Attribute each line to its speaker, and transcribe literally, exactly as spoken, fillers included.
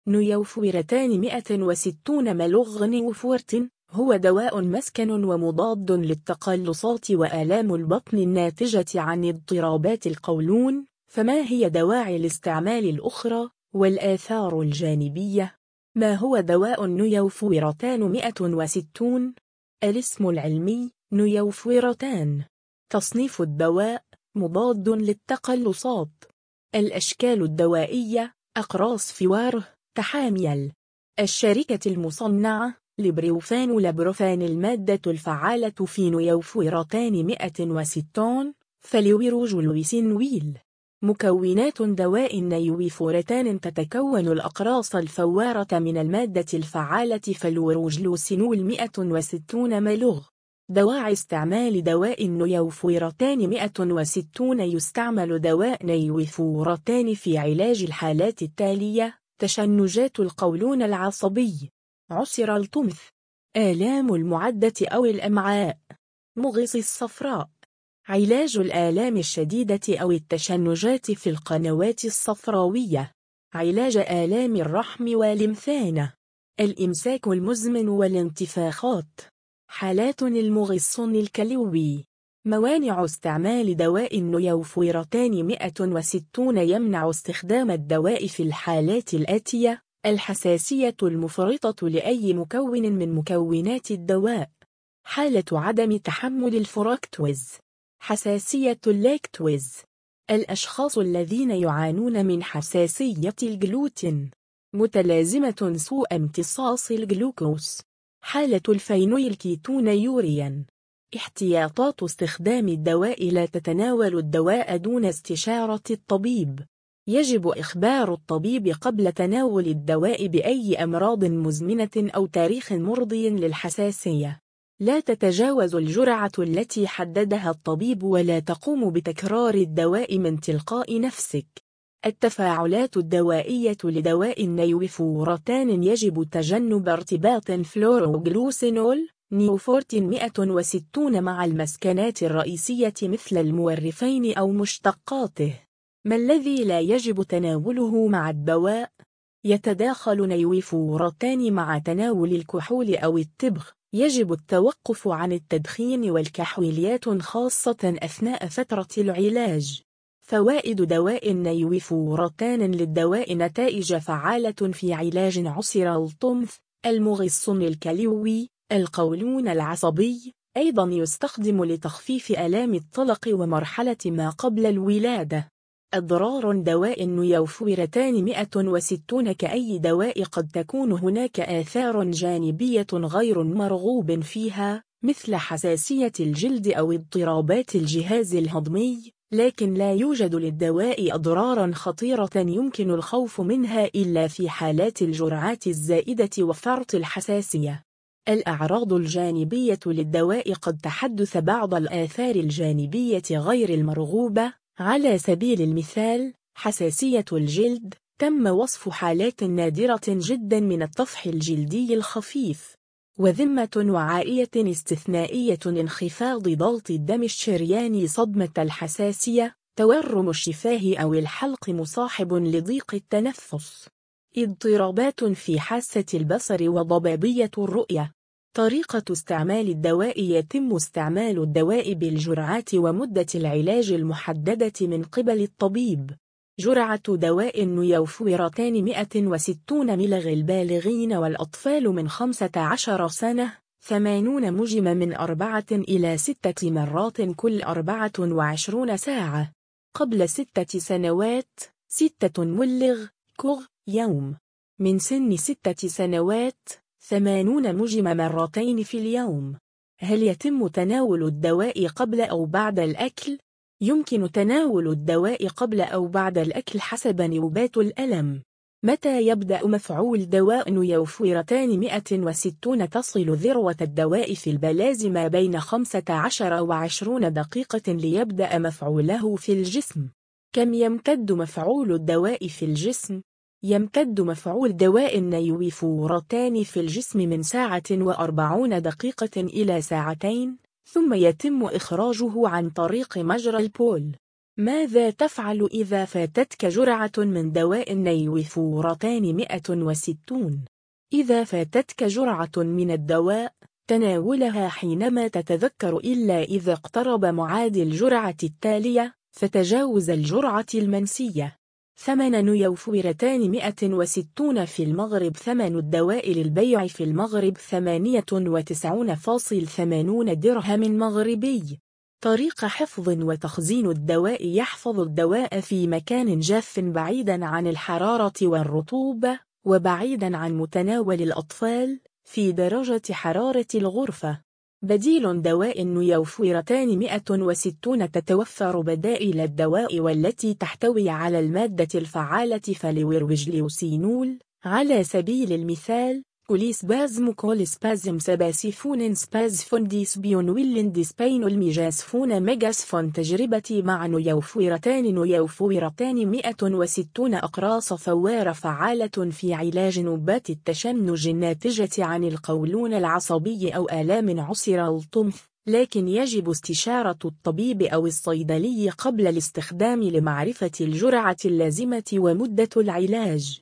Speaker 1: نيوفورتان مئة وستون ملغ. نيوفورت هو دواء مسكن ومضاد للتقلصات وآلام البطن الناتجة عن اضطرابات القولون. فما هي دواعي الاستعمال الأخرى والآثار الجانبية؟ ما هو دواء نيوفورتان مئة وستون؟ الاسم العلمي نيوفورتان. تصنيف الدواء مضاد للتقلصات. الأشكال الدوائية أقراص فواره تحاميل. الشركة المصنعة لبروفان لبروفان. المادة الفعالة في نيوفورتان مئة وستون فلويروجلوسينويل. مكونات دواء النيوفورتان تتكون الأقراص الفوارة من المادة الفعالة فلويروجلوسينول مئة وستون ملغ. دواعي استعمال دواء النيوفورتان مئة وستون. يستعمل دواء نيوفورتان في علاج الحالات التالية: تشنجات القولون العصبي، عسر الطمث، آلام المعدة أو الأمعاء، مغص الصفراء، علاج الآلام الشديدة أو التشنجات في القنوات الصفراوية، علاج آلام الرحم واللمفانة، الإمساك المزمن والانتفاخات، حالات المغص الكلوي. موانع استعمال دواء النيوفورتان مئة وستون. يمنع استخدام الدواء في الحالات الآتية: الحساسية المفرطة لأي مكون من مكونات الدواء، حالة عدم تحمل الفركتوز، حساسية اللاكتوز، الأشخاص الذين يعانون من حساسية الجلوتين، متلازمة سوء امتصاص الجلوكوز، حالة الفينيلكيتونيوريا. احتياطات استخدام الدواء: لا تتناول الدواء دون استشارة الطبيب. يجب إخبار الطبيب قبل تناول الدواء بأي أمراض مزمنة أو تاريخ مرضي للحساسية. لا تتجاوز الجرعة التي حددها الطبيب ولا تقوم بتكرار الدواء من تلقاء نفسك. التفاعلات الدوائية لدواء النيوفورتان: يجب تجنب ارتباط فلوروجلوسينول نيوفورتين مئة وستون مع المسكنات الرئيسية مثل المورفين أو مشتقاته. ما الذي لا يجب تناوله مع الدواء؟ يتداخل نيوفورتان مع تناول الكحول أو التبغ. يجب التوقف عن التدخين والكحوليات خاصة أثناء فترة العلاج. فوائد دواء النيوفورتان للدواء: نتائج فعالة في علاج عسر الطمث، المغص الكلوي، القولون العصبي. أيضا يستخدم لتخفيف آلام الطلق ومرحلة ما قبل الولادة. أضرار دواء النيوفورتان مئة وستون: كأي دواء قد تكون هناك آثار جانبية غير مرغوب فيها مثل حساسية الجلد أو اضطرابات الجهاز الهضمي، لكن لا يوجد للدواء أضرار خطيرة يمكن الخوف منها إلا في حالات الجرعات الزائدة وفرط الحساسية. الأعراض الجانبية للدواء: قد تحدث بعض الآثار الجانبية غير المرغوبة، على سبيل المثال حساسية الجلد. تم وصف حالات نادرة جدا من الطفح الجلدي الخفيف، وذمة وعائية استثنائية، انخفاض ضغط الدم الشرياني، صدمة الحساسية، تورم الشفاه أو الحلق مصاحب لضيق التنفس، اضطرابات في حاسة البصر وضبابية الرؤية. طريقة استعمال الدواء: يتم استعمال الدواء بالجرعات ومدة العلاج المحددة من قبل الطبيب. جرعة دواء النيوفورتان مئة وستون ملغ. البالغين والأطفال من خمسة عشر سنة، ثمانون مجم من أربعة إلى ستة مرات كل أربعة وعشرين ساعة. قبل ستة سنوات، ستة ملغ كغ يوم. من سن ستة سنوات، ثمانون مجم مرتين في اليوم. هل يتم تناول الدواء قبل أو بعد الأكل؟ يمكن تناول الدواء قبل أو بعد الأكل حسب نوبات الألم. متى يبدأ مفعول دواء نيوفورتان مئة وستون؟ تصل ذروة الدواء في البلاز ما بين خمسة عشر وعشرين دقيقة ليبدأ مفعوله في الجسم. كم يمتد مفعول الدواء في الجسم؟ يمتد مفعول دواء النيوفورتان في الجسم من ساعة وأربعين دقيقة إلى ساعتين، ثم يتم إخراجه عن طريق مجرى البول. ماذا تفعل إذا فاتتك جرعة من دواء نيوفورتان مئة وستون؟ إذا فاتتك جرعة من الدواء، تناولها حينما تتذكر إلا إذا اقترب ميعاد الجرعة التالية، فتجاوز الجرعة المنسية. ثمن نيوفورتان مئة وستون في المغرب. ثمن الدواء للبيع في المغرب ثمانية وتسعين فاصلة ثمانين درهم مغربي. طريقة حفظ وتخزين الدواء. يحفظ الدواء في مكان جاف بعيدا عن الحرارة والرطوبة، وبعيدا عن متناول الأطفال، في درجة حرارة الغرفة. بديل دواء نيوفورتان مئة وستون. تتوفر بدائل الدواء والتي تحتوي على المادة الفعالة فالويروجليوسينول، على سبيل المثال كوليسبازم كوليسبازم سباسيفون سبازفون ديسبيون ويلين ديسبينول ميجاسفون ميجاسفون. تجربتي مع نيوفورتان. نيوفورتان مئة وستون أقراص فوارة فعالة في علاج نوبات التشنج الناتجة عن القولون العصبي أو آلام عسر الطمث، لكن يجب استشارة الطبيب أو الصيدلي قبل الاستخدام لمعرفة الجرعة اللازمة ومدة العلاج.